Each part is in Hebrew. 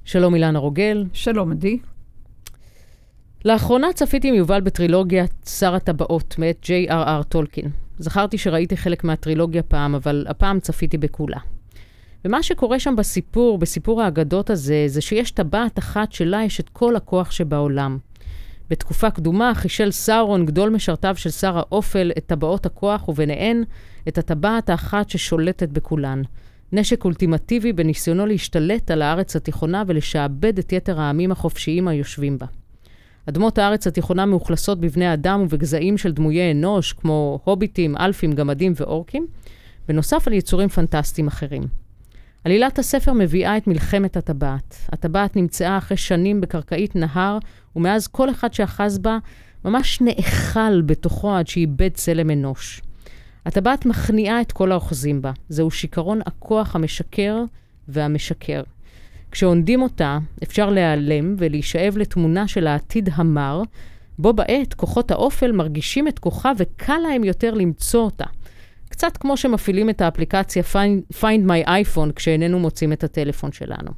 שלום אילנה רוגל. שלום עדי. לאחרונה צפיתי עם יובל בטרילוגיית שר הטבעות מאת J.R.R. טולקין. זכרתי שראיתי חלק מהטרילוגיה פעם, אבל הפעם צפיתי בכולה. ומה שקורה שם בסיפור האגדות הזה, זה שיש טבעת אחת שלה יש את כל הכוח שבעולם. בתקופה קדומה חישל סאורון, גדול משרתיו של שר האופל, את טבעות הכוח, וביניהן את הטבעת האחת ששולטת בכולן. נשק אולטימטיבי בניסיונו להשתלט על הארץ התיכונה ולשעבד את יתר העמים החופשיים היושבים בה. אדמות הארץ התיכונה מאוכלסות בבני אדם ובגזעים של דמויי אנוש, כמו הוביטים, אלפים, גמדים ואורקים, בנוסף על יצורים פנטסטיים אחרים. עלילת הספר מביאה את מלחמת הטבעת. הטבעת נמצאה אחרי שנים בקרקעית נהר, ומאז כל אחד שאחז בה ממש נאכל בתוכו עד שאיבד צלם אנוש. הטבעת מכניעה את כל האוחזים בה. זהו שיכרון הכוח המשקר והמשקר. כשעונדים אותה, אפשר להיעלם ולהישאב לתמונה של העתיד המר, בו בעת כוחות האופל מרגישים את כוחה וקל להם יותר למצוא אותה. קצת כמו שמפעילים את האפליקציה Find My iPhone כשאיננו מוצאים את הטלפון שלנו.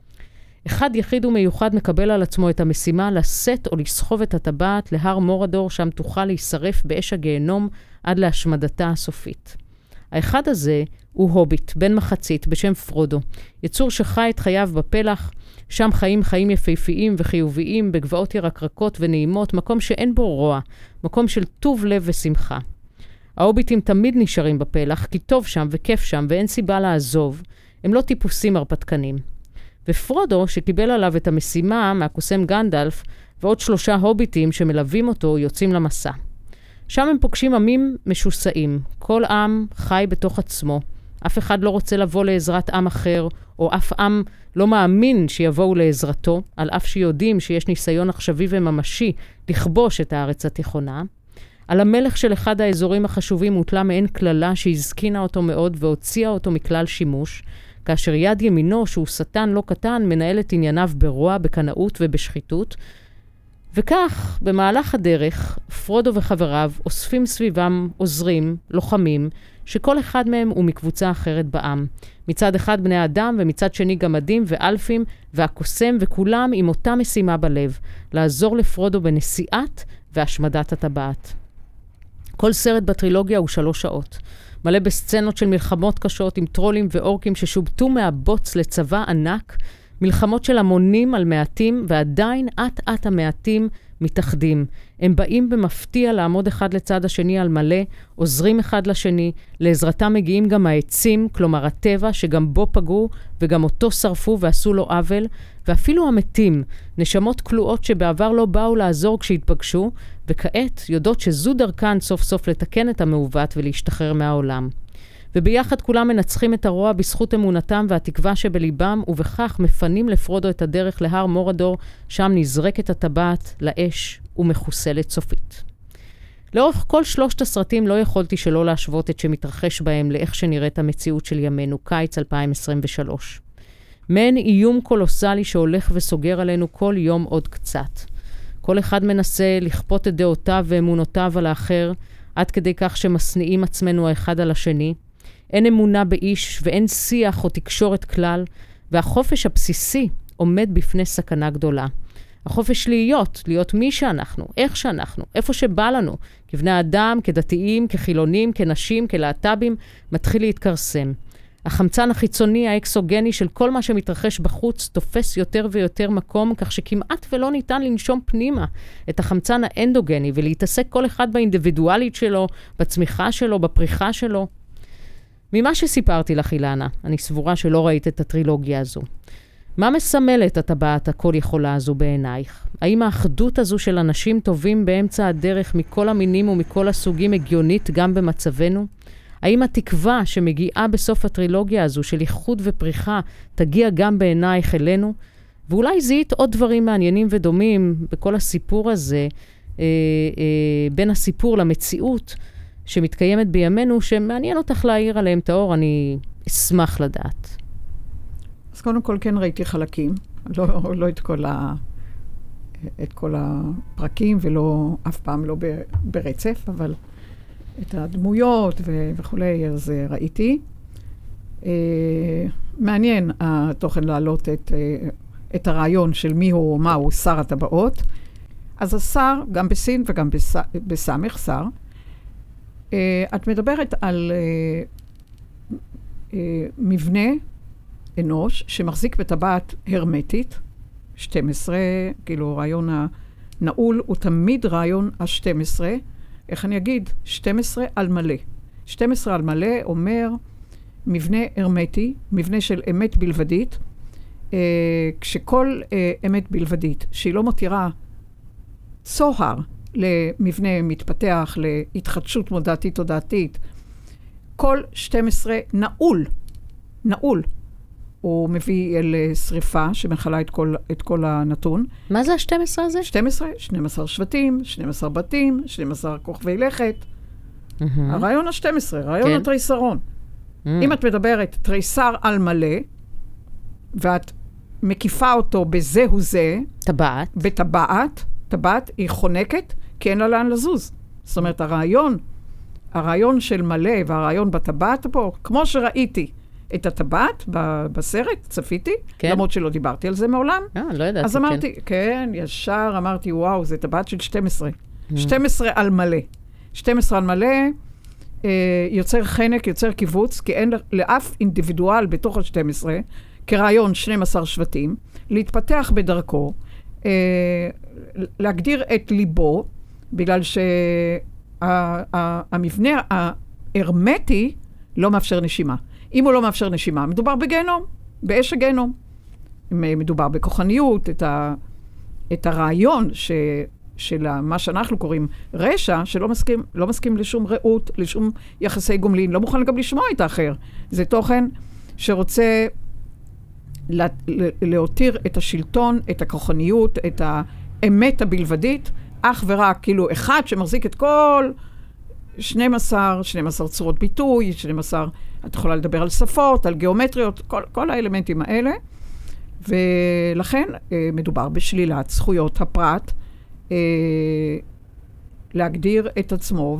אחד יחיד ומיוחד מקבל על עצמו את המשימה לשאת או לסחוב את הטבעת להר מורדור, שם תוכל להישרף באש הגיהנום עד להשמדתה הסופית. האחד הזה הוא הוביט, בן מחצית, בשם פרודו, יצור שחי את חייו בפלח, שם חיים יפהפיים וחיוביים, בגבעות ירקרקות ונעימות, מקום שאין בו רוע, מקום של טוב לב ושמחה. ההוביטים תמיד נשארים בפלח, כי טוב שם וכיף שם ואין סיבה לעזוב, הם לא טיפוסים הרפתקנים. ופרודו, שקיבל עליו את המשימה מהקוסם גנדלף, ועוד 3 הוביטים שמלווים אותו יוצאים למסע. שם הם פוגשים עמים משוסעים. כל עם חי בתוך עצמו. אף אחד לא רוצה לבוא לעזרת עם אחר, או אף עם לא מאמין שיבואו לעזרתו, על אף שיודעים שיש ניסיון עכשווי וממשי לכבוש את הארץ התיכונה. על המלך של אחד האזורים החשובים הוטלה מעין כללה שהזקינה אותו מאוד והוציאה אותו מכלל שימוש, כאשר יד ימינו, שהוא שטן לא קטן, מנהל את ענייניו ברוע, בקנאות ובשחיתות. וכך, במהלך הדרך, פרודו וחבריו אוספים סביבם עוזרים, לוחמים, שכל אחד מהם הוא מקבוצה אחרת בעם. מצד אחד בני אדם ומצד שני גמדים ואלפים והקוסם, וכולם עם אותה משימה בלב, לעזור לפרודו בנסיעת והשמדת הטבעת. כל סרט בטרילוגיה הוא 3 שעות. מלא בסצנות של מלחמות קשות עם טרולים ואורקים ששובטו מהבוץ לצבא ענק, מלחמות של המונים על מעטים, ועדיין אט המעטים מתאחדים. הם באים במפתיע לעמוד אחד לצד השני על מלא, עוזרים אחד לשני, לעזרתם מגיעים גם העצים, כלומר הטבע, שגם בו פגעו וגם אותו שרפו ועשו לו עוול, ואפילו המתים, נשמות כלואות שבעבר לא באו לעזור כשהתפגשו, וכעת יודעות שזו דרכן סוף סוף לתקן את המעוות ולהשתחרר מהעולם. וביחד כולם מנצחים את הרוע בזכות אמונתם והתקווה שבליבם, ובכך מפנים לפרודו את הדרך להר מורדור, שם נזרקת הטבעת לאש ומחוסלת סופית. לאורך כל 3 הסרטים לא יכולתי שלא להשוות את שמתרחש בהם לאיך שנראית המציאות של ימינו, קיץ 2023. מעין איום קולוסלי שהולך וסוגר עלינו כל יום עוד קצת. כל אחד מנסה לכפות את דעותיו ואמונותיו על האחר, עד כדי כך שמסניעים עצמנו האחד על השני. אין אמונה באיש ואין שיח או תקשורת כלל, והחופש הבסיסי עומד בפני סכנה גדולה. החופש להיות מי שאנחנו, איך שאנחנו, איפה שבא לנו, כבני אדם, כדתיים, כחילונים, כנשים, כלהט"בים, מתחיל להתקרסם. החמצן החיצוני, האקסוגני של כל מה שמתרחש בחוץ, תופס יותר ויותר מקום, כך שכמעט ולא ניתן לנשום פנימה את החמצן האנדוגני, ולהתעסק כל אחד באינדיבידואלית שלו, בצמיחה שלו, בפריחה שלו. ממה שסיפרתי לך, אילנה, אני סבורה שלא ראית את הטרילוגיה הזו. מה מסמלת הטבעת הכל יכולה הזו בעינייך? האם האחדות הזו של אנשים טובים באמצע הדרך מכל המינים ומכל הסוגים הגיונית גם במצבנו? האם התקווה שמגיעה בסוף הטרילוגיה הזו של איחוד ופריחה תגיע גם בעינייך אלינו? ואולי זיהית עוד דברים מעניינים ודומים בכל הסיפור הזה, בין הסיפור למציאות שמתקיימת בימינו, שמעניין אותך להעיר עליהם את האור, אני אשמח לדעת. אז קודם כל כן ראיתי חלקים, לא את כל הפרקים, ולא אף פעם לא ברצף, אבל את הדמויות וכולי, אז ראיתי. מעניין התוכן להעלות את את הרעיון של מי הוא או מה הוא שר הטבעות, אז השר, גם בסין וגם בסמך שר, את מדברת על מבנה אנוש שמחזיק בטבעת הרמטית, 12, כאילו רעיון הנעול הוא תמיד רעיון ה-12, איך אני אגיד? 12 על מלא. 12 על מלא אומר מבנה הרמטי, מבנה של אמת בלבדית, כשכל אמת בלבדית, שהיא לא מותירה צוהר למבנה מתפתח, להתחדשות מודעתית, כל 12 נעול. הוא מביא אל שריפה שמחלה את כל הנתון. מה זה ה-12 הזה? 12 שבטים, 12 בתים, 12 כוכבי לכת. הרעיון ה-12, רעיון התריסרון. אם את מדברת תריסר על מלא, ואת מקיפה אותו בזהו זה, בטבעת, טבעת היא חונקת, כי אין לה לאן לזוז. זאת אומרת, הרעיון של מלא והרעיון בטבעת פה, כמו שראיתי את הטבעת בסרט, צפיתי, למרות שלא דיברתי על זה מעולם. לא ידעתי, אז אמרתי, כן, ישר אמרתי, וואו, זה טבעת של 12. 12 על מלא. 12 על מלא יוצר חנק, יוצר קיבוץ, כי אין לאף אינדיבידואל בתוך ה-12, כרעיון 12 שבטים, להתפתח בדרכו, להגדיר את ליבו, בגלל שהמבנה ההרמטי לא מאפשר נשימה. אם הוא לא מאפשר נשימה, מדובר בגיהנום, באש הגיהנום. מדובר בכוחניות, את הרעיון של מה שאנחנו קוראים רשע, שלא מסכים לשום רעות, לשום יחסי גומלין, לא מוכן גם לשמוע את האחר. זה תוכן שרוצה להותיר את השלטון, את הכוחניות, את האמת הבלבדית, אך ורק כאילו אחד שמחזיק את כל 12 צורות ביטוי, 12, את יכולה לדבר על שפות, על גיאומטריות, כל האלמנטים האלה, ולכן מדובר בשלילת זכויות הפרט, להגדיר את עצמו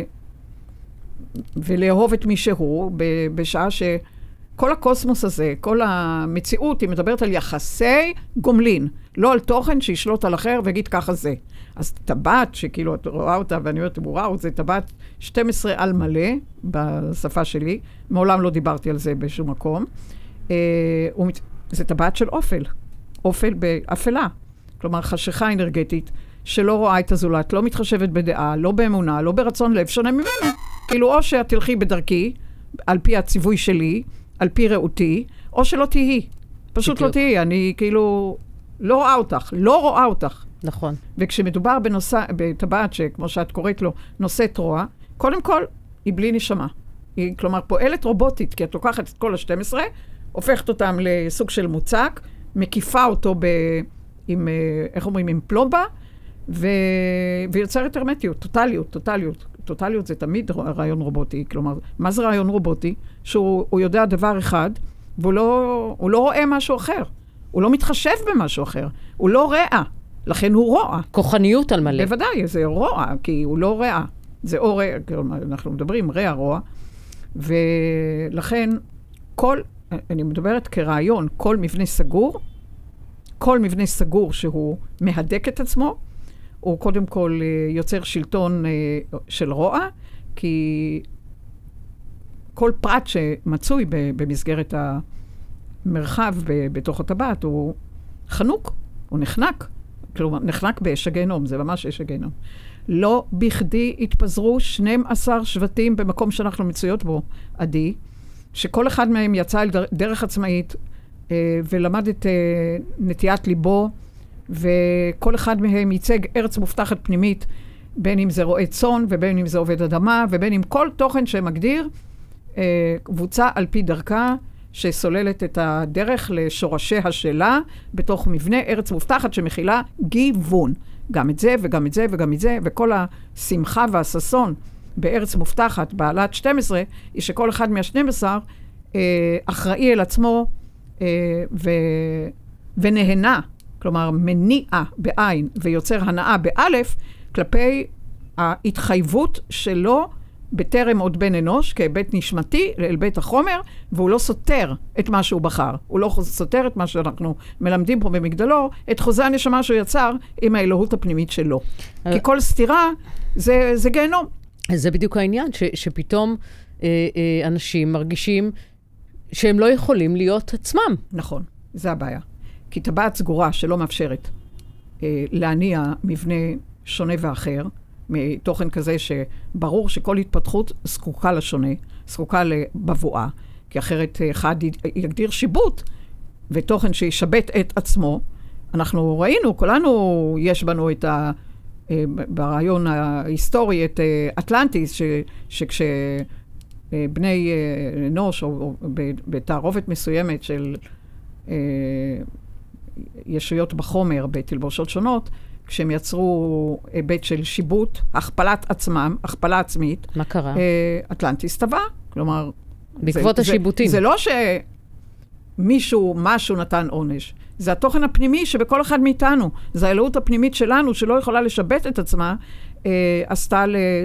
ולאהוב את מי שהוא, בשעה שכל הקוסמוס הזה, כל המציאות, היא מדברת על יחסי גומלין, לא על תוכן שישלוט על אחר ויגיד ככה זה. אז טבעת, שכאילו את רואה אותה ואני אומרת, וואו, זה טבעת 12 על מלא בשפה שלי, מעולם לא דיברתי על זה בשום מקום. זה טבעת של אופל באפלה, כלומר חשיכה אנרגטית, שלא רואה את הזולת, לא מתחשבת בדעה, לא באמונה, לא ברצון לב, שונה ממנו. כאילו, או שאת תלכי בדרכי, על פי הציווי שלי, על פי ראותי, או שלא תהי. פשוט לא תהי, אני כאילו לא רואה אותך. נכון. וכשמדובר בטבעת שכמו שאת קוראת לו, נושאת רוע, קודם כל, היא בלי נשמה. היא, כלומר, פועלת רובוטית, כי את לוקחת את כל ה-12, הופכת אותם לסוג של מוצק, מקיפה אותו עם, איך אומרים, עם פלומבה, ויוצרת הרמטיות, טוטליות. טוטליות זה תמיד רעיון רובוטי. כלומר, מה זה רעיון רובוטי? שהוא יודע דבר אחד, והוא לא רואה משהו אחר. הוא לא מתחשב במשהו אחר. הוא לא רע. לכן הוא רוע. כוחניות על מלא. בוודאי, זה רוע, כי הוא לא רע. זה או רע, אנחנו מדברים רע רוע, ולכן אני מדברת כרעיון, כל מבנה סגור שהוא מהדק את עצמו, הוא קודם כל יוצר שלטון של רוע, כי כל פרט שמצוי במסגרת המרחב בתוך הטבעת הוא חנוק, הוא נחנק. כלומר, נחנק באש הגיהנום, זה ממש אש הגיהנום. לא בכדי התפזרו 12 שבטים במקום שאנחנו מצויות בו, עדי, שכל אחד מהם יצא אל דרך עצמאית, ולמד את נטיית ליבו, וכל אחד מהם ייצג ארץ מובטחת פנימית, בין אם זה רועה צאן, ובין אם זה עובד אדמה, ובין אם כל תוכן שמגדיר, קבוצה על פי דרכה, שסוללת את הדרך לשורשיה שלה, בתוך מבנה ארץ מובטחת שמכילה גיוון. גם את זה וגם את זה וגם את זה, וכל השמחה והששון בארץ מובטחת, בעלת 12, היא שכל אחד מה-12 אחראי אל עצמו ונהנה, כלומר מניע בעין ויוצר הנאה באלף, כלפי ההתחייבות שלו בטרם עוד בן אנוש, כהיבט נשמתי, אל בית החומר, והוא לא סותר את מה שהוא בחר. הוא לא סותר את מה שאנחנו מלמדים פה במגדלור, את חוזה הנשמה שהוא יצר עם האלוהות הפנימית שלו. כי כל סתירה זה גיהנום. אז זה בדיוק העניין, שפתאום אנשים מרגישים שהם לא יכולים להיות עצמם. נכון, זה הבעיה. כי טבעת סגורה שלא מאפשרת להניע מבנה שונה ואחר, מתוכן כזה שברור שכל התפתחות זקוקה לשונה, זקוקה לבבואה, כי אחרת אחד יגדיר שיבוט, ותוכן שישבט את עצמו. אנחנו ראינו, כולנו יש בנו ברעיון ההיסטורי את אטלנטיס, שכשבני אנוש, או בתערובת מסוימת של ישויות בחומר, בתלבושות שונות, כשהם יצרו היבט של שיבוט, הכפלת עצמם, הכפלה עצמית. מה קרה? אטלנטיס טבע, כלומר... בעקבות השיבוטים. זה לא שמישהו, משהו נתן עונש. זה התוכן הפנימי שבכל אחד מאיתנו. זה האלוהות הפנימית שלנו, שלא יכולה לשבט את עצמה, עשתה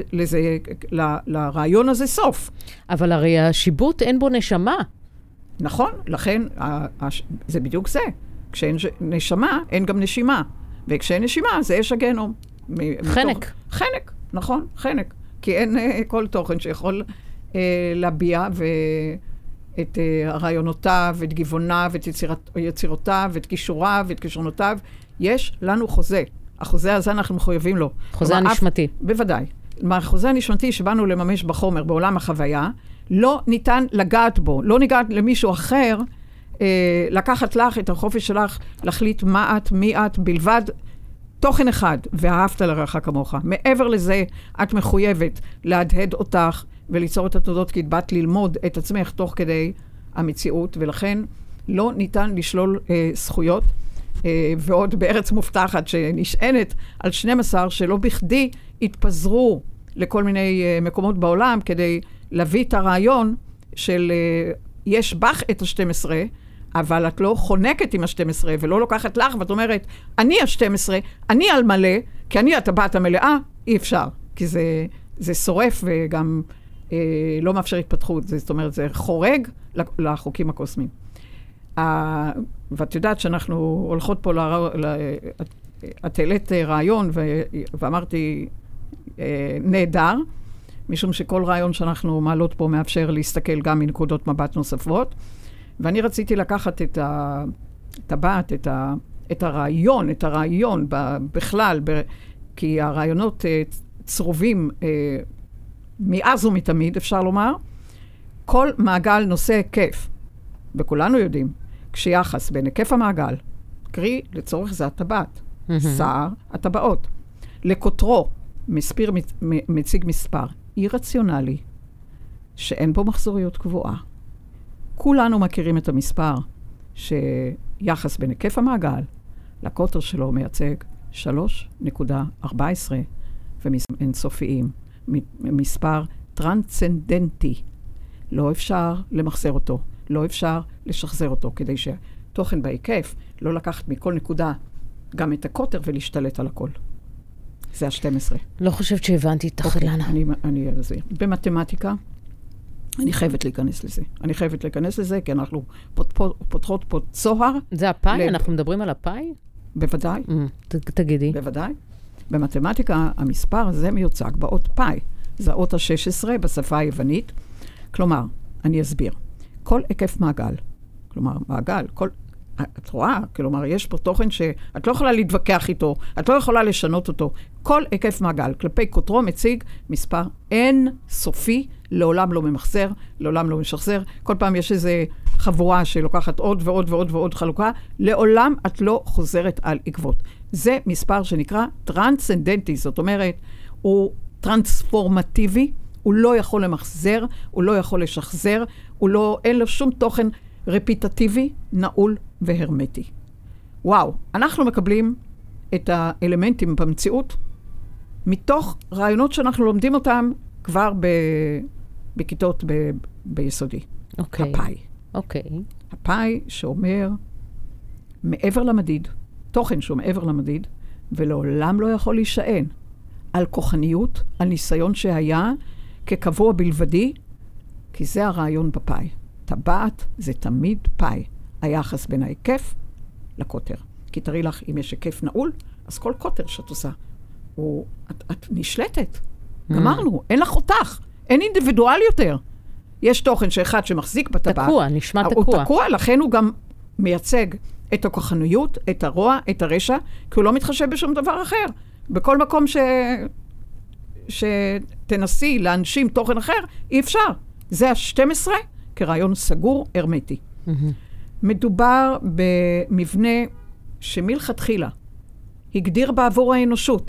לרעיון הזה סוף. אבל הרי השיבוט אין בו נשמה. נכון, לכן זה בדיוק זה. כשאין נשמה, אין גם נשימה. וכשאין נשימה, זה אש הגיהנום. חנק. חנק, נכון, חנק. כי אין כל תוכן שיכול להביע את הרעיונותיו, את גבעוניו, את יצירותיו, את כישוריו, את כישרונותיו. יש לנו חוזה. החוזה הזה אנחנו מחויבים לו. חוזה הנשמתי. בוודאי. החוזה הנשמתי שבאנו לממש בחומר, בעולם החוויה, לא ניתן לגעת בו. לא ניגעת למישהו אחר, לקחת לך את החופש שלך, להחליט מה את, מי את, בלבד תוכן אחד, ואהבת לרעך כמוך. מעבר לזה, את מחויבת להדהד אותך, וליצור את התודות, כי את באת ללמוד את עצמך תוך כדי המציאות, ולכן לא ניתן לשלול זכויות, ועוד בארץ מובטחת שנשענת על 12, שלא בכדי התפזרו לכל מיני מקומות בעולם, כדי להביא את הרעיון של יש בך את ה-12, אבל את לא חונקת עם ה-12, ולא לוקחת לך, ואת אומרת, אני ה-12, אני על מלא, כי אני הטבעת המלאה, אי אפשר. כי זה שורף וגם לא מאפשר התפתחות. זאת אומרת, זה חורג לחוקים הקוסמיים. ואת יודעת שאנחנו הולכות פה, את העלית רעיון, ואמרתי, נהדר, משום שכל רעיון שאנחנו מעלות פה מאפשר להסתכל גם מנקודות מבט נוספות. ואני רציתי לקחת את הטבעת, את הרעיון בכלל, כי הרעיונות צרובים מאז ומתמיד, אפשר לומר. כל מעגל נושא היקף, וכולנו יודעים, כשיחס בין היקף המעגל, קרי לצורך זה הטבעת, סער הטבעות, לקוטרו, מציג מספר אי-רציונלי, שאין בו מחזוריות קבועה. כולנו מכירים את המספר שיחס בין היקף המעגל לקוטר שלו מייצג 3.14 ואינסופיים. מספר טרנסצנדנטי. לא אפשר למחזר אותו, לא אפשר לשחזר אותו, כדי שתוכן בהיקף לא לקחת מכל נקודה גם את הקוטר ולהשתלט על הכל. זה ה-12. לא חושבת שהבנתי את החלנה. אני על זה. במתמטיקה, אני חייבת להיכנס לזה. כי אנחנו פותחות פה צוהר. זה הפאי? אנחנו מדברים על הפאי? בוודאי. תגידי. בוודאי. במתמטיקה, המספר הזה מיוצג באות פאי. זה האות ה-16 בשפה היוונית. כלומר, אני אסביר. כל היקף מעגל, כלומר, מעגל, את רואה, כלומר, יש פה תוכן שאת לא יכולה להתווכח איתו, את לא יכולה לשנות אותו. כל היקף מעגל, כלפי קוטרו מציג מספר אין סופי, לעולם לא ממחזר, לעולם לא משחזר. כל פעם יש איזו חבורה שלוקחת עוד ועוד ועוד ועוד חלוקה, לעולם את לא חוזרת על עקבות. זה מספר שנקרא טרנסצנדנטי, זאת אומרת, הוא טרנספורמטיבי, הוא לא יכול למחזר, הוא לא יכול לשחזר, אין לו שום תוכן רפיטטיבי, נעול והרמטי. וואו, אנחנו מקבלים את האלמנטים במציאות, מתוך רעיונות שאנחנו לומדים אותם כבר בכיתות ביסודי. אוקיי. הפאי. אוקיי. הפאי שאומר, מעבר למדיד, תוכן שהוא מעבר למדיד, ולעולם לא יכול להישען על כוחניות, על ניסיון שהיה, כקבוע בלבדי, כי זה הרעיון בפאי. טבעת זה תמיד פאי. היחס בין ההיקף לקוטר. כי תראי לך, אם יש היקף נעול, אז כל קוטר שאת עושה, את נשלטת. גמרנו, אין לך אותך. אין אינדיבידואל יותר. יש תוכן שאחד שמחזיק בטבעת. תקוע, נשמע תקוע. הוא תקוע, לכן הוא גם מייצג את הכוחניות, את הרוע, את הרשע, כי הוא לא מתחשב בשום דבר אחר. בכל מקום שתנסי להנשים תוכן אחר, אי אפשר. זה ה-12 כרעיון סגור, הרמטי. מדובר במבנה שמלכתחילה הגדיר בעבור האנושות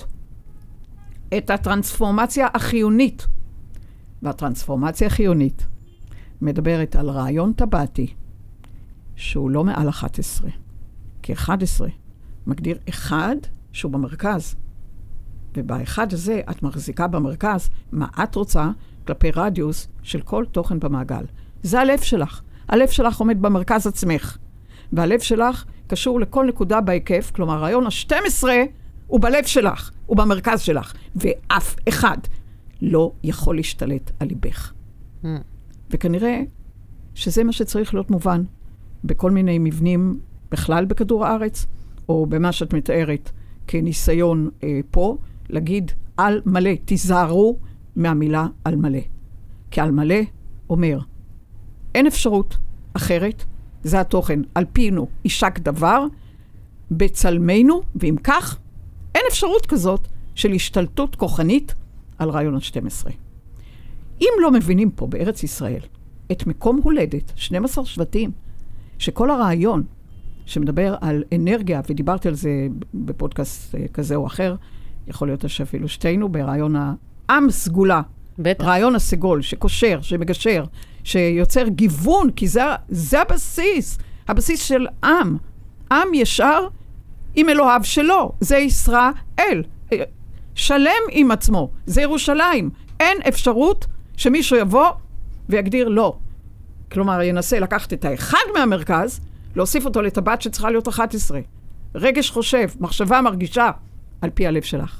את הטרנספורמציה החיונית. והטרנספורמציה החיונית מדברת על רעיון טבעתי שהוא לא מעל 11. כי 11 מגדיר אחד שהוא במרכז. ובאחד הזה את מחזיקה במרכז מה את רוצה כלפי רדיוס של כל תוכן במעגל. זה הלב שלך. הלב שלך עומד במרכז עצמך. והלב שלך קשור לכל נקודה בהיקף, כלומר, רעיון ה-12 הוא בלב שלך, הוא במרכז שלך, ואף אחד לא יכול להשתלט על ליבך. וכנראה שזה מה שצריך להיות מובן בכל מיני מבנים בכלל בכדור הארץ, או במה שאת מתארת כניסיון פה, להגיד על מלא, תיזהרו מהמילה על מלא. כי על מלא אומר, אין אפשרות אחרת, זה התוכן, על פינו יישק דבר, בצלמנו, ואם כך, אין אפשרות כזאת של השתלטות כוחנית על רעיון ה-12. אם לא מבינים פה בארץ ישראל את מקום הולדת, 12 שבטים, שכל הרעיון שמדבר על אנרגיה, ודיברתי על זה בפודקאסט כזה או אחר, יכול להיות שאפילו שתינו, ברעיון העם סגולה, בטח. רעיון הסגול, שקושר, שמגשר, שיוצר גיוון, כי זה הבסיס, הבסיס של עם. עם ישר עם אלוהיו שלו, זה ישראל. שלם עם עצמו, זה ירושלים. אין אפשרות שמישהו יבוא ויגדיר לא. כלומר, ינסה לקחת את האחד מהמרכז, להוסיף אותו לטבעת שצריכה להיות 11. רגש חושב, מחשבה מרגישה, על פי הלב שלך.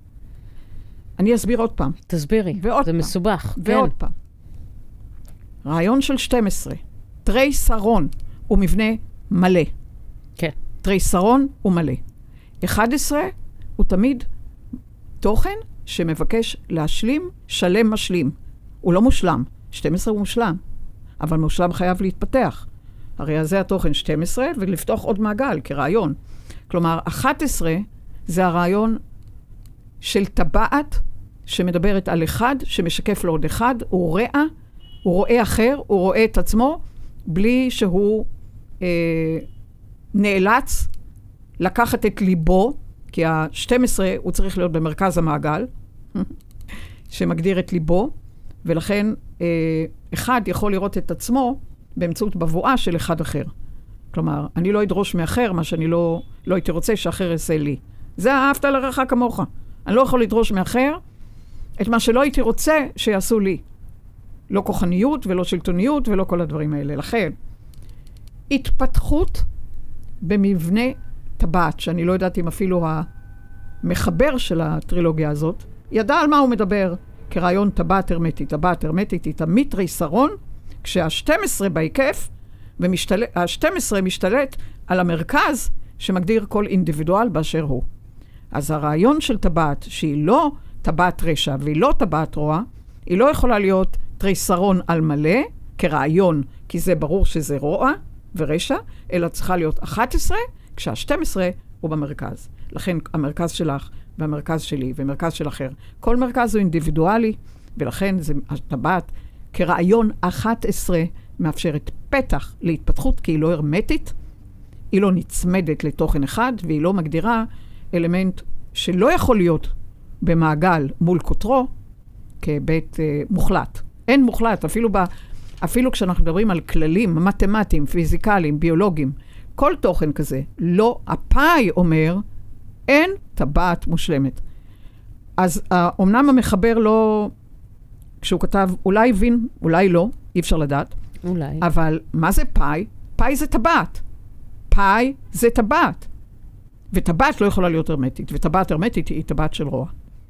אני אסביר עוד פעם. תסבירי, זה פעם. מסובך. ועוד פעם. רעיון של 12, תרי שרון הוא מבנה מלא. כן. תרי שרון הוא מלא. 11 הוא תמיד תוכן שמבקש להשלים, שלם משלים. הוא לא מושלם. 12 הוא מושלם. אבל מושלם חייב להתפתח. הרי זה התוכן 12, ולפתוח עוד מעגל כרעיון. כלומר, 11 זה הרעיון של טבעת שמדברת על אחד, שמשקף לו עוד אחד, הוא רואה, הוא רואה אחר, הוא רואה את עצמו, בלי שהוא נאלץ לקחת את ליבו, כי ה-12 הוא צריך להיות במרכז המעגל, שמגדיר את ליבו, ולכן אחד יכול לראות את עצמו באמצעות בבואה של אחד אחר. כלומר, אני לא אדרוש מאחר מה שאני לא הייתי רוצה שאחר יעשה לי. זה אהבת לרעך כמוך. אני לא יכול לדרוש מאחר את מה שלא הייתי רוצה שיעשו לי. לא כוחניות ולא שלטוניות ולא כל הדברים האלה. לכן, התפתחות במבנה טבעת, שאני לא יודעת אם אפילו המחבר של הטרילוגיה הזאת, ידע על מה הוא מדבר כרעיון טבעת הרמטית. טבעת הרמטית היא תמיד תרי שרון, כשה-12 בהיקף, וה-12 משתלט על המרכז שמגדיר כל אינדיבידואל באשר הוא. אז הרעיון של טבעת, שהיא לא טבעת רשע והיא לא טבעת רוע, היא לא יכולה להיות תרי שרון על מלא, כרעיון, כי זה ברור שזה רוע ורשע, אלא צריכה להיות 11, כשה-12 הוא במרכז. לכן המרכז שלך והמרכז שלי ומרכז של אחר, כל מרכז הוא אינדיבידואלי, ולכן זה הטבעת כרעיון 11 מאפשרת פתח להתפתחות, כי היא לא הרמטית, היא לא נצמדת לתוכן אחד, והיא לא מגדירה אלמנט שלא יכול להיות במעגל מול כותרו, כבית מוחלט. אין מוחלט, אפילו כשאנחנו מדברים על כללים מתמטיים, פיזיקליים, ביולוגיים, כל תוכן כזה, לא, הפאי אומר, אין טבעת מושלמת. אז אמנם המחבר לא, כשהוא כתב, אולי הבין, אולי לא, אי אפשר לדעת. אולי. אבל מה זה פאי? פאי זה טבעת. פאי זה טבעת. וטבעת לא יכולה להיות הרמטית, וטבעת הרמטית היא טבעת של רוע.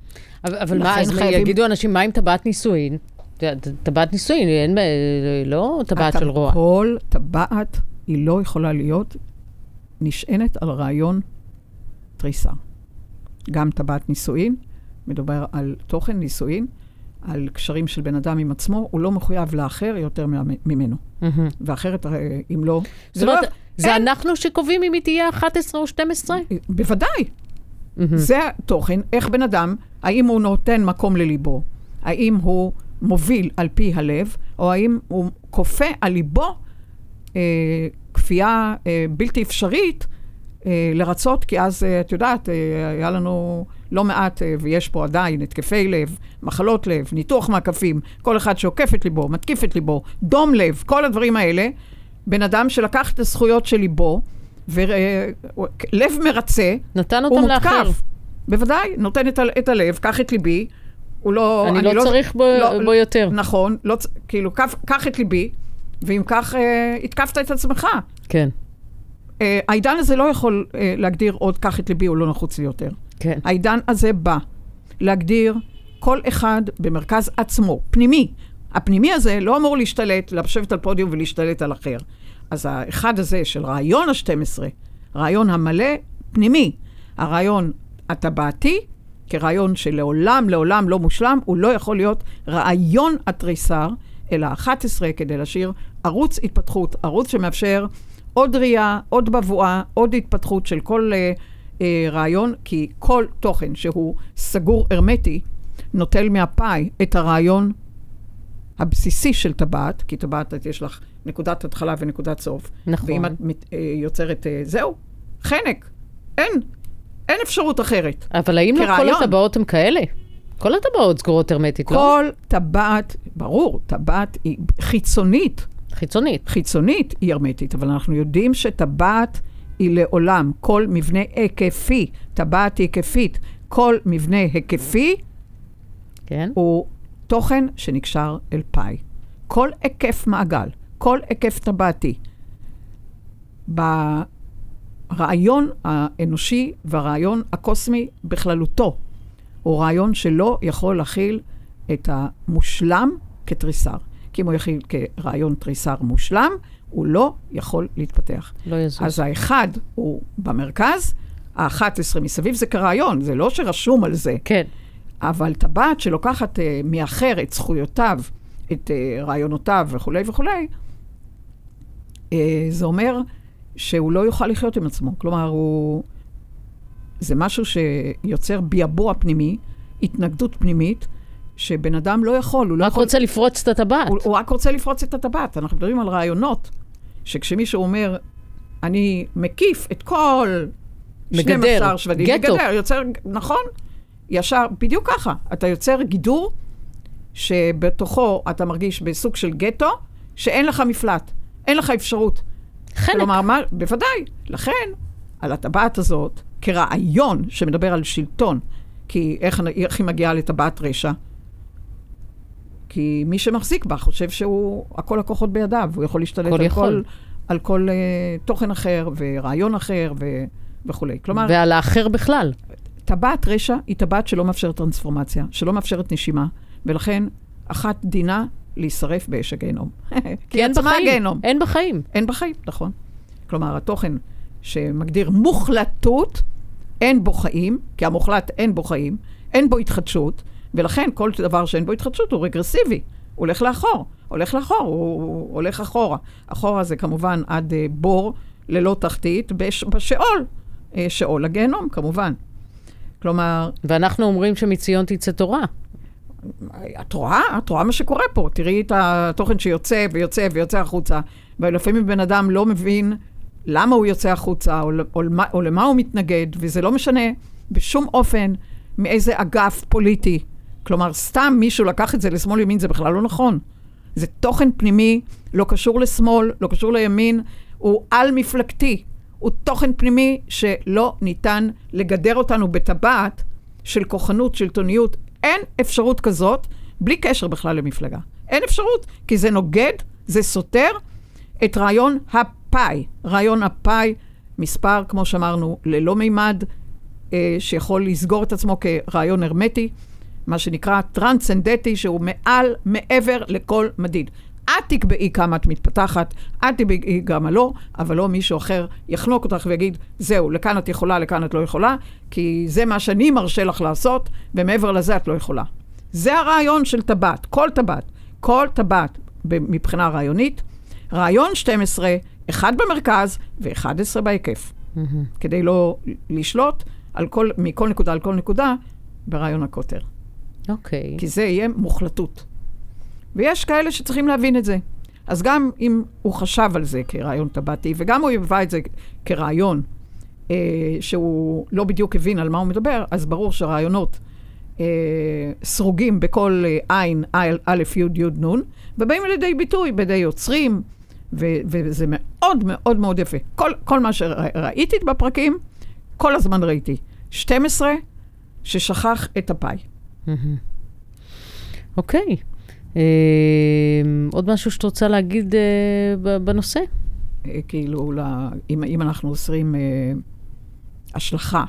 אבל מה, אז יגידו אנשים, מה עם טבעת נישואין? טבעת נישואין, אין, לא טבעת של רוע. כל טבעת היא לא יכולה להיות נשענת על רעיון תריסר. גם טבעת נישואין, מדובר על תוכן נישואין, על קשרים של בן אדם עם עצמו, הוא לא מחויב לאחר יותר ממנו. ואחרת, אם לא... זאת אומרת, זה אנחנו שקובעים אם היא תהיה 11 או 12? בוודאי. זה התוכן, איך בן אדם, האם הוא נותן מקום לליבו, האם הוא מוביל על פי הלב, או האם הוא כופה על ליבו כפייה בלתי אפשרית לרצות, כי אז, את יודעת, היה לנו לא מעט, ויש פה עדיין התקפי לב, מחלות לב, ניתוח מעקפים, כל אחד שעוקף את ליבו, מתקיף את ליבו, דום לב, כל הדברים האלה, בן אדם שלקח את הזכויות של ליבו, ולב מרצה, נתן אותם לאחר. בוודאי, נותן את הלב, קח את ליבי, הוא לא... אני לא צריך בו יותר. נכון, כאילו, קח את ליבי, ואם כך, התקפת את עצמך. כן. העידן הזה לא יכול להגדיר עוד קח את ליבי, הוא לא נחוץ לי יותר. כן. העידן הזה בא להגדיר כל אחד במרכז עצמו, פנימי. הפנימי הזה לא אמור להשתלט, לשבת על פודיום ולהשתלט על אחר. אז האחד הזה של רעיון ה-12, רעיון המלא פנימי, הרעיון הטבעתי, כרעיון שלעולם, לעולם לא מושלם, הוא לא יכול להיות רעיון התריסר, אלא 11 כדי להשאיר ערוץ התפתחות, ערוץ שמאפשר עוד ראייה, עוד בבואה, עוד התפתחות של כל רעיון, כי כל תוכן שהוא סגור הרמטי, נוטל מהפאי את הרעיון הבסיסי של טבעת, כי טבעת יש לך נקודת התחלה ונקודת סוף. נכון. ואם את יוצרת, זהו, חנק, אין אפשרות אחרת. אבל האם לא כל הטבעות הן כאלה? כל הטבעות סגורות הרמטית, לא? כל טבעת, ברור, טבעת היא חיצונית. חיצונית היא הרמטית, אבל אנחנו יודעים שטבעת היא לעולם. כל מבנה היקפי, טבעת היא היקפית, כל מבנה היקפי כן. הוא תוכן שנקשר אל פאי. כל היקף מעגל, כל היקף טבעתי. ברעיון האנושי והרעיון הקוסמי בכללותו, הוא רעיון שלא יכול להכיל את המושלם כתריסר. כי אם הוא יכיל כרעיון תריסר מושלם, הוא לא יכול להתפתח. לא יזוז. אז האחד הוא במרכז, ה-11 מסביב זה כרעיון, זה לא שרשום על זה. כן. אבל טבעת שלוקחת מאחר את זכויותיו, את רעיונותיו וכו' וכו', זה אומר שהוא לא יוכל לחיות עם עצמו. כלומר, זה משהו שיוצר ביאבוע פנימי, התנגדות פנימית, שבן אדם לא יכול. הוא רק רוצה לפרוץ את הטבעת. הוא רק רוצה לפרוץ את הטבעת. אנחנו מדברים על רעיונות, שכשמישהו אומר, אני מקיף את כל 12 שבדים. גטו. מגדר, יוצר, נכון? ישר, בדיוק ככה. אתה יוצר גידור, שבתוכו אתה מרגיש בסוג של גטו, שאין לך מפלט. אין לך אפשרות. חלק. כלומר, בוודאי. לכן, על הטבעת הזאת, כרעיון שמדבר על שלטון, כי איך היא מגיעה לטבעת רשע? כי מי שמחזיק בה חושב שהוא, הכל הכוחות בידיו, הוא יכול להשתלט על כל תוכן אחר, ורעיון אחר, וכו'. כלומר... ועל האחר בכלל. טבעת רשע היא טבעת שלא מאפשרת טרנספורמציה, שלא מאפשרת נשימה, ולכן אחת דינה להישרף באש הגיהנום. כי אין בחיים. אין בחיים. אין בחיים, נכון. כלומר, התוכן שמגדיר מוחלטות, אין בו חיים, כי המוחלט אין בו חיים, אין בו התחדשות, ולכן כל דבר שאין בו התחדשות הוא רגרסיבי. הוא הולך לאחור, הוא הולך אחורה. אחורה זה כמובן עד בור ללא תחתית בשאול, שאול הגיהנום כמובן. כלומר... ואנחנו אומרים שמציון תצא תורה. את רואה מה שקורה פה. תראי את התוכן שיוצא ויוצא ויוצא החוצה, ולפעמים בן אדם לא מבין למה הוא יוצא החוצה, או למה הוא מתנגד, וזה לא משנה בשום אופן מאיזה אגף פוליטי. כלומר, סתם מישהו לקח את זה לשמאל ימין, זה בכלל לא נכון. זה תוכן פנימי, לא קשור לשמאל, לא קשור לימין, הוא על מפלגתי. הוא תוכן פנימי שלא ניתן לגדר אותנו בטבעת של כוחנות, שלטוניות. אין אפשרות כזאת, בלי קשר בכלל למפלגה. אין אפשרות, כי זה נוגד, זה סותר את רעיון הפאי. רעיון הפאי, מספר, כמו שאמרנו, ללא מימד, שיכול לסגור את עצמו כרעיון הרמטי, מה שנקרא טרנסצנדנטי, שהוא מעבר לכל מדיד. את תקבעי כמה את מתפתחת, את תקבעי כמה לא, אבל לא מישהו אחר יחנוק אותך ויגיד, זהו, לכאן את יכולה, לכאן את לא יכולה, כי זה מה שאני מרשה לך לעשות, ומעבר לזה את לא יכולה. זה הרעיון של טבעת, כל טבעת מבחינה רעיונית, רעיון 12, אחד במרכז ו11 בהיקף. כדי לא לשלוט מכל נקודה על כל נקודה ברעיון הקוטר. אוקיי. כי זה יהיה מוחלטות. ויש כאלה שצריכים להבין את זה. אז גם אם הוא חשב על זה כרעיון טבעתי, וגם הוא יבא את זה כרעיון שהוא לא בדיוק הבין על מה הוא מדבר, אז ברור שרעיונות סרוגים בכל עין, א', י', י', נ', ובאים לידי ביטוי, בידי יוצרים, וזה מאוד מאוד מאוד יפה. כל מה שראיתי בפרקים, כל הזמן ראיתי. 12 ששכח את הפאי. אוקיי. עוד משהו שאת רוצה להגיד בנושא? כאילו, אם אנחנו עושים השלכה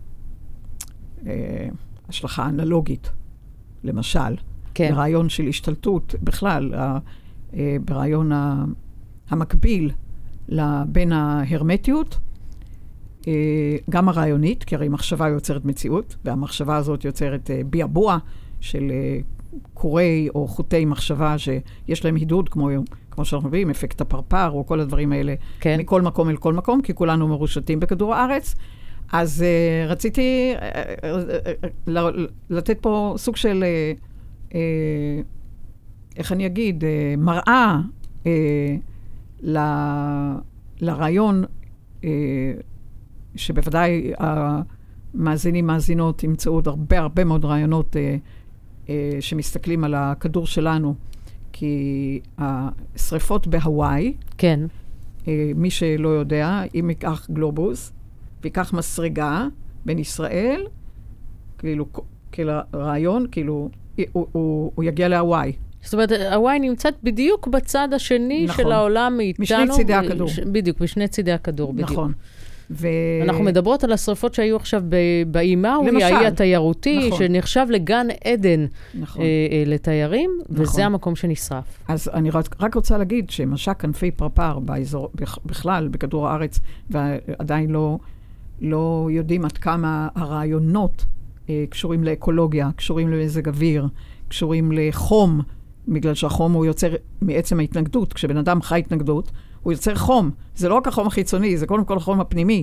אנלוגית, למשל, ברעיון של השתלטות, בכלל, ברעיון המקביל בין ההרמטיות, גם הרעיונית, כי הרי מחשבה יוצרת מציאות, והמחשבה הזאת יוצרת ביאבוע של קורי או חוטי מחשבה שיש להם הידוד, כמו שאנחנו מביאים, אפקט הפרפר, או כל הדברים האלה, כן. מכל מקום אל כל מקום, כי כולנו מרושתים בכדור הארץ. אז רציתי לתת פה סוג של, איך אני אגיד, מראה לרעיון, שבוודאי המאזינים, מאזינות, ימצאו עוד הרבה מאוד רעיונות שמסתכלים על הכדור שלנו, כי השריפות בהוואי, כן. מי שלא יודע, אם ייקח גלובוס, ויקח מסרגה בין ישראל, כאילו רעיון, כאילו, הוא יגיע להוואי. זאת אומרת, הוואי נמצאת בדיוק בצד השני נכון. של העולם מאיתנו. משני צידי הכדור. בדיוק, משני צידי הכדור, בדיוק. נכון. אנחנו מדברות על השריפות שהיו עכשיו באימאווי, האי התיירותי, נכון. שנחשב לגן עדן נכון. לתיירים, נכון. וזה המקום שנשרף. אז אני רק רוצה להגיד שמשק כנפי פרפר באזור, בכלל, בכדור הארץ, ועדיין לא יודעים עד כמה הרעיונות קשורים לאקולוגיה, קשורים למזג אוויר, קשורים לחום, בגלל שהחום הוא יוצר מעצם ההתנגדות. כשבן אדם חי התנגדות, הוא יוצר חום. זה לא רק החום החיצוני, זה קודם כל החום הפנימי.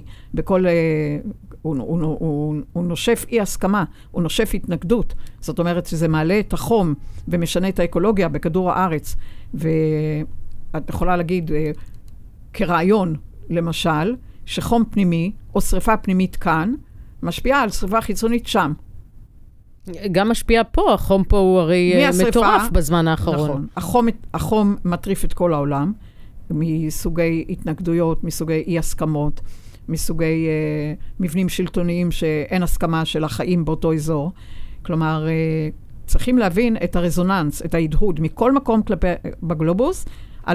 הוא נושף אי הסכמה, הוא נושף התנגדות. זאת אומרת שזה מעלה את החום ומשנה את האקולוגיה בכדור הארץ. ואת יכולה להגיד, כרעיון, למשל, שחום פנימי או שריפה פנימית כאן, משפיעה על שריפה חיצונית שם. גם משפיע פה, החום פה הוא הרי מטורף בזמן האחרון. נכון, החום מטריף את כל העולם, מסוגי התנגדויות, מסוגי אי הסכמות, מסוגי מבנים שלטוניים שאין הסכמה של החיים באותו אזור. כלומר, צריכים להבין את הרזוננס, את ההדהוד מכל מקום בגלובוס, על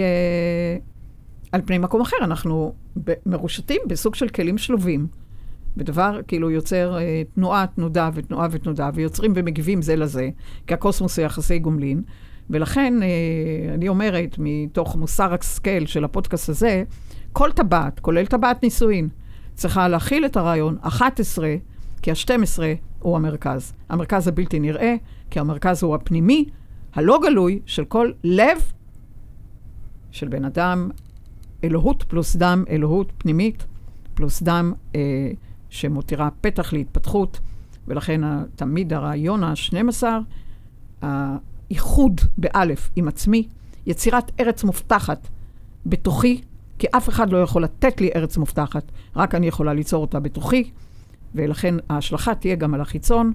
פני מקום אחר. אנחנו מרושתים בסוג של כלים שלובים. בדבר כאילו יוצר תנועה, תנודה ותנועה ותנודה, ויוצרים ומגיבים זה לזה, כי הקוסמוס הוא יחסי גומלין. ולכן אני אומרת, מתוך מוסר הסקל של הפודקאסט הזה, כל טבעת, כולל טבעת נישואין, צריכה להכיל את הרעיון 11, כי ה-12 הוא המרכז. המרכז הבלתי נראה, כי המרכז הוא הפנימי, הלא גלוי של כל לב של בן אדם, אלוהות פלוס דם, אלוהות פנימית, פלוס דם שמותירה פתח להתפתחות, ולכן תמיד הרעיון ה-12, האיחוד באלף עם עצמי, יצירת ארץ מובטחת בתוכי, כי אף אחד לא יכול לתת לי ארץ מובטחת, רק אני יכולה ליצור אותה בתוכי, ולכן ההשלכה תהיה גם על החיצון.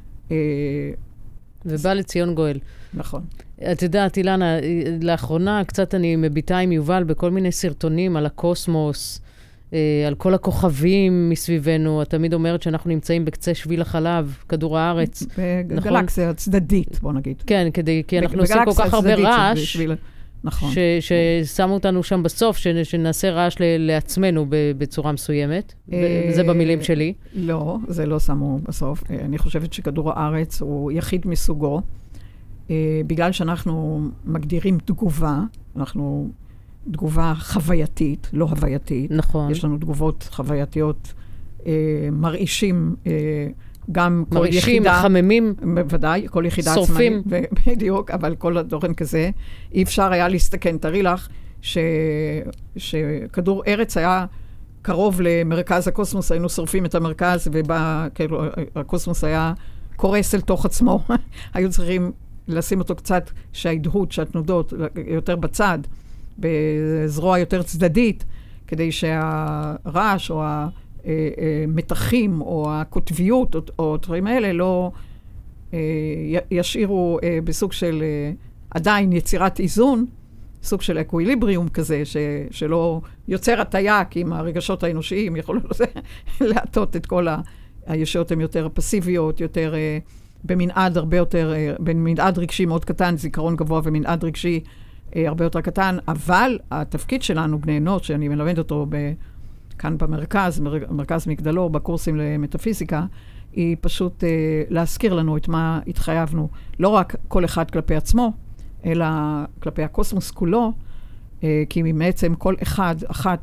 ובא לציון גואל. נכון. את יודעת, אילנה, לאחרונה קצת אני מביטה עם יובל בכל מיני סרטונים על הקוסמוס, על כל הכוכבים מסביבנו. את תמיד אומרת שאנחנו נמצאים בקצה שביל החלב, כדור הארץ. בגלקסיה הצדדית, בוא נגיד. כן, כי אנחנו עושים כל כך הרבה רעש. נכון. ששמו אותנו שם בסוף, שנעשה רעש לעצמנו בצורה מסוימת, וזה במילים שלי. לא, זה לא שמו בסוף. אני חושבת שכדור הארץ הוא יחיד מסוגו, בגלל שאנחנו מגדירים תגובה, אנחנו תגובה חווייתית, לא הווייתית. נכון. יש לנו תגובות חווייתיות, מרעישים, גם כל יחידה... מרעישים, מחממים. בוודאי, כל יחידה שורפים. עצמאית. בדיוק, אבל כל התוכן כזה, אי אפשר היה להסתכן. תראי לך שכדור ארץ היה קרוב למרכז הקוסמוס, היינו שורפים את המרכז, כאילו, הקוסמוס היה קורס אל תוך עצמו. היו צריכים לשים אותו קצת, שההדהות, שהתנודות, יותר בצד, בזרוע יותר צדדית, כדי שהרעש או המתחים או הכותביות או דברים האלה לא ישאירו בסוג של עדיין יצירת איזון, סוג של אקוויליבריום כזה, שלא יוצר הטיה, כי עם הרגשות האנושיים יכולו להטות את כל הישויות הן יותר פסיביות, יותר במנעד הרבה יותר, במנעד רגשי מאוד קטן, זיכרון גבוה ומנעד רגשי הרבה יותר קטן, אבל התפקיד שלנו, בני אנוש, שאני מלמד אותו כאן במרכז, מרכז מגדלור, בקורסים למטאפיזיקה, היא פשוט להזכיר לנו את מה התחייבנו, לא רק כל אחד כלפי עצמו, אלא כלפי הקוסמוס כולו, כי בעצם כל אחת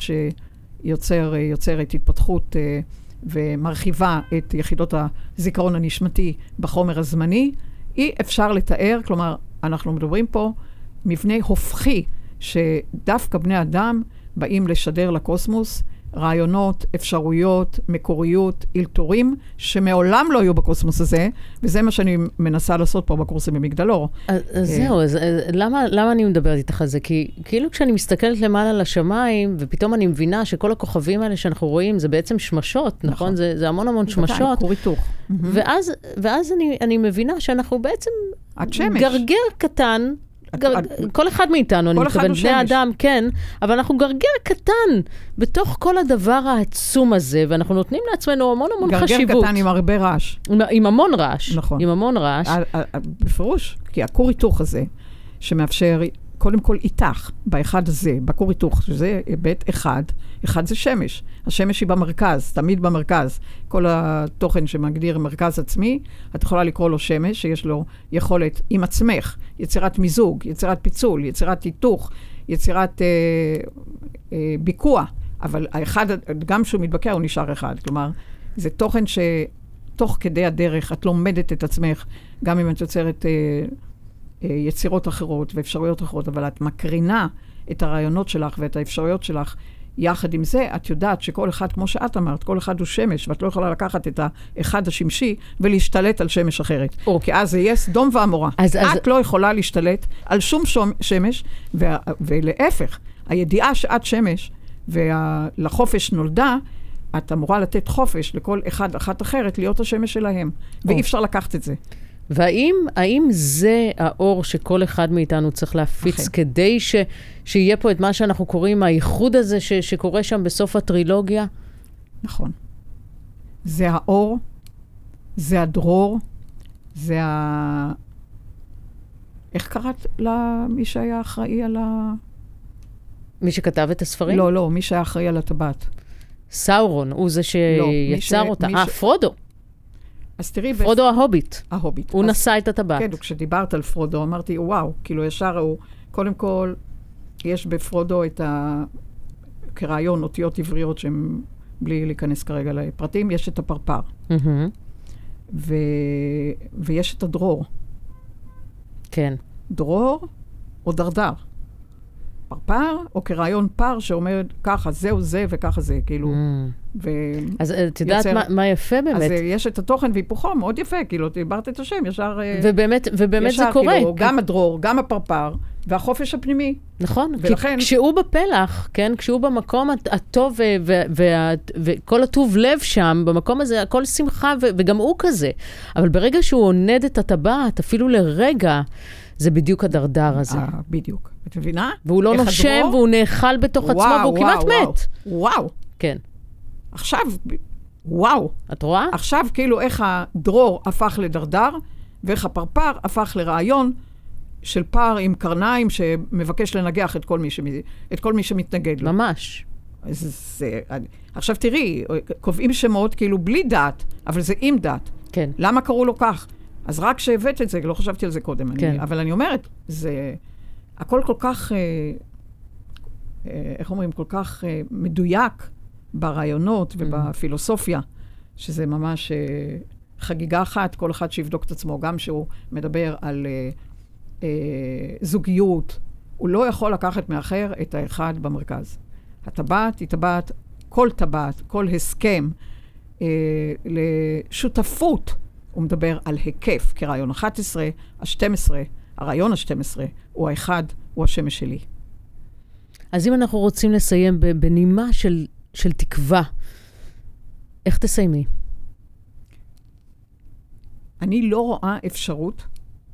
שיוצרת התפתחות ומרחיבה את יחידות הזיכרון הנשמתי בחומר הזמני, אי אפשר לתאר, כלומר, אנחנו מדברים פה מבנה הופכי, שדווקא בני אדם באים לשדר לקוסמוס, רעיונות, אפשרויות, מקוריות, אלתורים, שמעולם לא היו בקוסמוס הזה, וזה מה שאני מנסה לעשות פה בקורסים במגדלור. אז זהו, אז למה אני מדברת איתך על זה? כי כאילו כשאני מסתכלת למעלה לשמיים, ופתאום אני מבינה שכל הכוכבים האלה שאנחנו רואים, זה בעצם שמשות, נכון? זה המון המון שמשות. כור היתוך. ואז אני מבינה שאנחנו בעצם גרגר קטן, כל אחד מאיתנו, אני מתכוון, בני האדם, כן, אבל אנחנו גרגר קטן בתוך כל הדבר העצום הזה, ואנחנו נותנים לעצמנו המון המון חשיבות. גרגר קטן עם הרבה רעש. עם המון רעש. נכון. עם המון רעש. בפירוש, כי הכור היתוך הזה, שמאפשר, קודם כל איתך, באחד הזה, בכור היתוך, שזה היבט אחד, אחד זה שמש. השמש היא במרכז, תמיד במרכז. כל התוכן שמגדיר מרכז עצמי, את יכולה לקרוא לו שמש, שיש לו יכולת עם עצמך, יצירת מיזוג, יצירת פיצול, יצירת היתוך, יצירת ביקוע. אבל האחד, גם שהוא מתבקע, הוא נשאר אחד. כלומר, זה תוכן שתוך כדי הדרך, את לומדת את עצמך, גם אם את יוצרת יצירות אחרות ואפשרויות אחרות, אבל את מקרינה את הרעיונות שלך ואת האפשרויות שלך. יחד עם זה, את יודעת שכל אחד, כמו שאת אמרת, כל אחד הוא שמש, ואת לא יכולה לקחת את האחד השמשי ולהשתלט על שמש אחרת. כי אז זה יהיה סדום ועמורה. את לא יכולה להשתלט על שום שמש, ולהפך, הידיעה שאת שמש ולחופש נולדה, את אמורה לתת חופש לכל אחת אחרת להיות השמש שלהם. ואי אפשר לקחת את זה. והאם זה האור שכל אחד מאיתנו צריך להפיץ כדי שיהיה פה את מה שאנחנו קוראים, הייחוד הזה שקורה שם בסוף הטרילוגיה? נכון. זה האור, זה הדרור, זה איך קראת למי שהיה אחראי על מי שכתב את הספרים? לא, מי שהיה אחראי על הטבעת. סאורון, הוא זה שיצר אותה. פרודו. אז תראי... פרודו ההוביט. ההוביט. הוא נשא את הטבעת. כן, כשדיברת על פרודו, אמרתי, וואו, כאילו ישר הוא, קודם כל, יש בפרודו את כרעיון אותיות עבריות שהן, בלי להיכנס כרגע לפרטים, יש את הפרפר. ויש את הדרור. כן. דרור או דרדר. פרפר, או כרעיון פר שאומר ככה, זהו זה וככה זה, כאילו. אז את יודעת מה יפה באמת? אז יש את התוכן והיפוכו, מאוד יפה, כאילו, דיברת את השם, ישר... ובאמת זה קורה. כאילו, גם הדרור, גם הפרפר, והחופש הפנימי. נכון, כי כשהוא בפלח, כן, כשהוא במקום הטוב וכל הטוב לב שם, במקום הזה, הכל שמחה, וגם הוא כזה. אבל ברגע שהוא עונד את הטבעת, אפילו לרגע, זה בדיוק הדרדר הזה. בדיוק. את מבינה? והוא לא נושם, והוא נאכל בתוך עצמו, והוא כמעט מת. וואו. כן. עכשיו, וואו. את רואה? עכשיו כאילו איך הדרור הפך לדרדר, ואיך הפרפר הפך לרעיון של פר עם קרניים שמבקש לנגח את כל מי שמתנגד לו. ממש. עכשיו תראי, קובעים שמות כאילו בלי דת, אבל זה עם דת. כן. למה קראו לו כך? אז רק שהבאת את זה, לא חשבתי על זה קודם. כן. אבל אני אומרת, זה הכל כל כך, איך אומרים, כל כך מדויק ברעיונות ובפילוסופיה, שזה ממש חגיגה אחת, כל אחד שיבדוק את עצמו, גם שהוא מדבר על זוגיות, הוא לא יכול לקחת מאחר את האחד במרכז. הטבעת היא טבעת, כל טבעת, כל הסכם לשותפות, הוא מדבר על היקף, כרעיון 11, ה-12, הרעיון ה-12, הוא האחד, הוא השמש שלי. אז אם אנחנו רוצים לסיים בנימה של תקווה, איך תסיימי? אני לא רואה אפשרות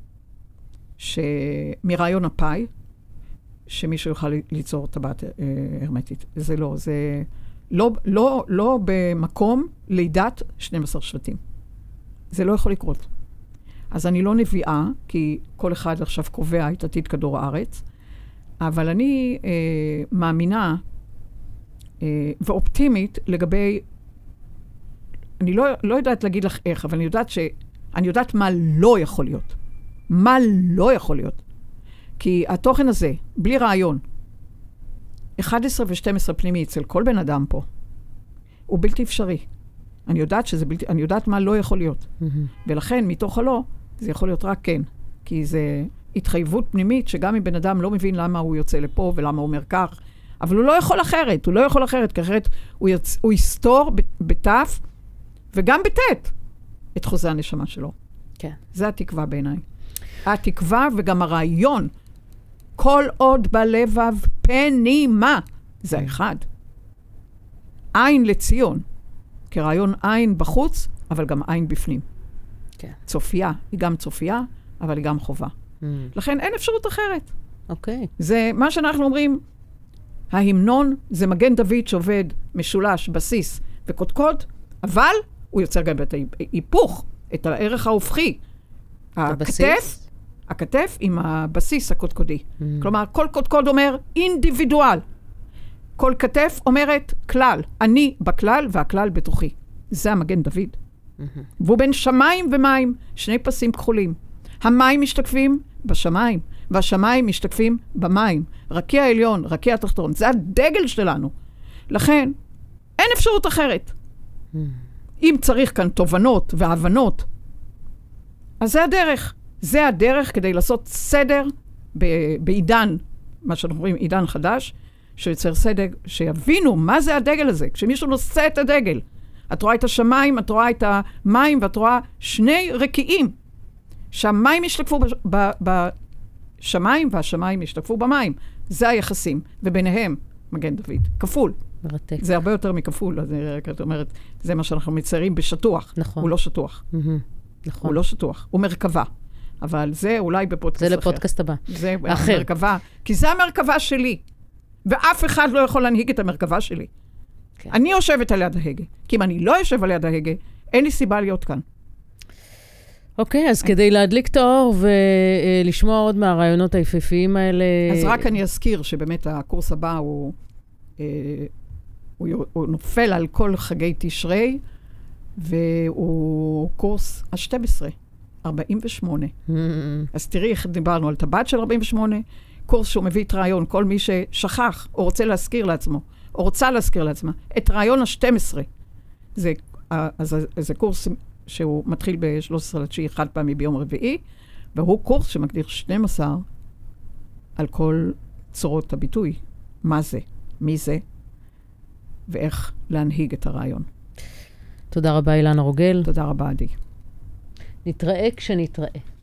שמרעיון הפאי, שמישהו יוכל ליצור טבעת הרמטית. זה לא במקום לידת 12 שבטים. זה לא יכול לקרות. אז אני לא נביאה, כי כל אחד עכשיו קובע את עתיד כדור הארץ, אבל אני מאמינה ואופטימית לגבי, אני לא יודעת להגיד לך איך, אבל אני יודעת מה לא יכול להיות. מה לא יכול להיות. כי התוכן הזה, בלי רעיון, 11 ו-12 פנימי אצל כל בן אדם פה, הוא בלתי אפשרי. אני יודעת מה לא יכול להיות. ולכן, מתוך הלא, זה יכול להיות רק כן. כי זה התחייבות פנימית, שגם אם בן אדם לא מבין למה הוא יוצא לפה, ולמה הוא אומר כך, אבל הוא לא יכול אחרת, כי אחרת הוא יסתור בתף, וגם בתת, את חוזה הנשמה שלו. כן. זה התקווה בעיניי. התקווה וגם הרעיון, כל עוד בלבב פנימה, זה האחד. עין לציון, כרעיון עין בחוץ, אבל גם עין בפנים. כן. צופייה, היא גם צופייה, אבל היא גם חובה. לכן אין אפשרות אחרת. אוקיי. זה מה שאנחנו אומרים, ההמנון זה מגן דוד שעובד משולש, בסיס וקודקוד, אבל הוא יוצר גם את ההיפוך, את הערך ההופכי. הכתף עם הבסיס הקודקודי. כלומר, כל קודקוד אומר אינדיבידואל. כל כתף אומרת כלל. אני בכלל והכלל בתוכי. זה המגן דוד. והוא בין שמיים ומים, שני פסים כחולים. המים משתקפים בשמיים, והשמיים משתקפים במים. רקיע העליון, רקיע התחתון. זה הדגל שלנו. לכן, אין אפשרות אחרת. אם צריך כאן תובנות והבנות, אז זה הדרך. זה הדרך כדי לעשות סדר בעידן, מה שאנחנו אומרים, עידן חדש, שיוצר סדר, שיבינו מה זה הדגל הזה. כשמישהו נושא את הדגל, את רואה את השמיים, את רואה את המים, ואת רואה שני רקיעים. שהמים ישתקפו בשמיים, והשמיים ישתקפו במים. זה היחסים, וביניהם מגן דוד. כפול. מרתק. זה הרבה יותר מכפול. אז את אומרת, זה מה שאנחנו מציירים בשטוח. נכון. הוא לא שטוח. נכון. הוא לא שטוח. הוא מרכבה. אבל זה אולי בפודקאסט אחר. זה לפודקאסט הבא. זה המרכבה. כי זה המרכבה שלי. ואף אחד לא יכול להנהיג את המרכבה שלי. כן. אני יושבת על יד ההגה. כי אם אני לא יושב על יד ההגה, אין לי סיבה להיות כאן. אוקיי, אז כדי להדליק את האור ולשמוע עוד מהרעיונות היפהפיים האלה... אז רק אני אזכיר שבאמת הקורס הבא הוא נופל על כל חגי תשרי, והוא קורס ה-12, 48. אז תראי איך דיברנו על טבעת של 48, קורס שהוא מביא את רעיון, כל מי ששכח או רוצה להזכיר לעצמו, או רוצה להזכיר לעצמה, את רעיון ה-12. זה קורס שהוא מתחיל ב-13/9, חד פעמי ביום רביעי, והוא קורס שמגדיר 12 על כל צורות הביטוי. מה זה? מי זה? ואיך להנהיג את הרעיון. תודה רבה, אילנה רוגל. תודה רבה, עדי. נתראה כשנתראה.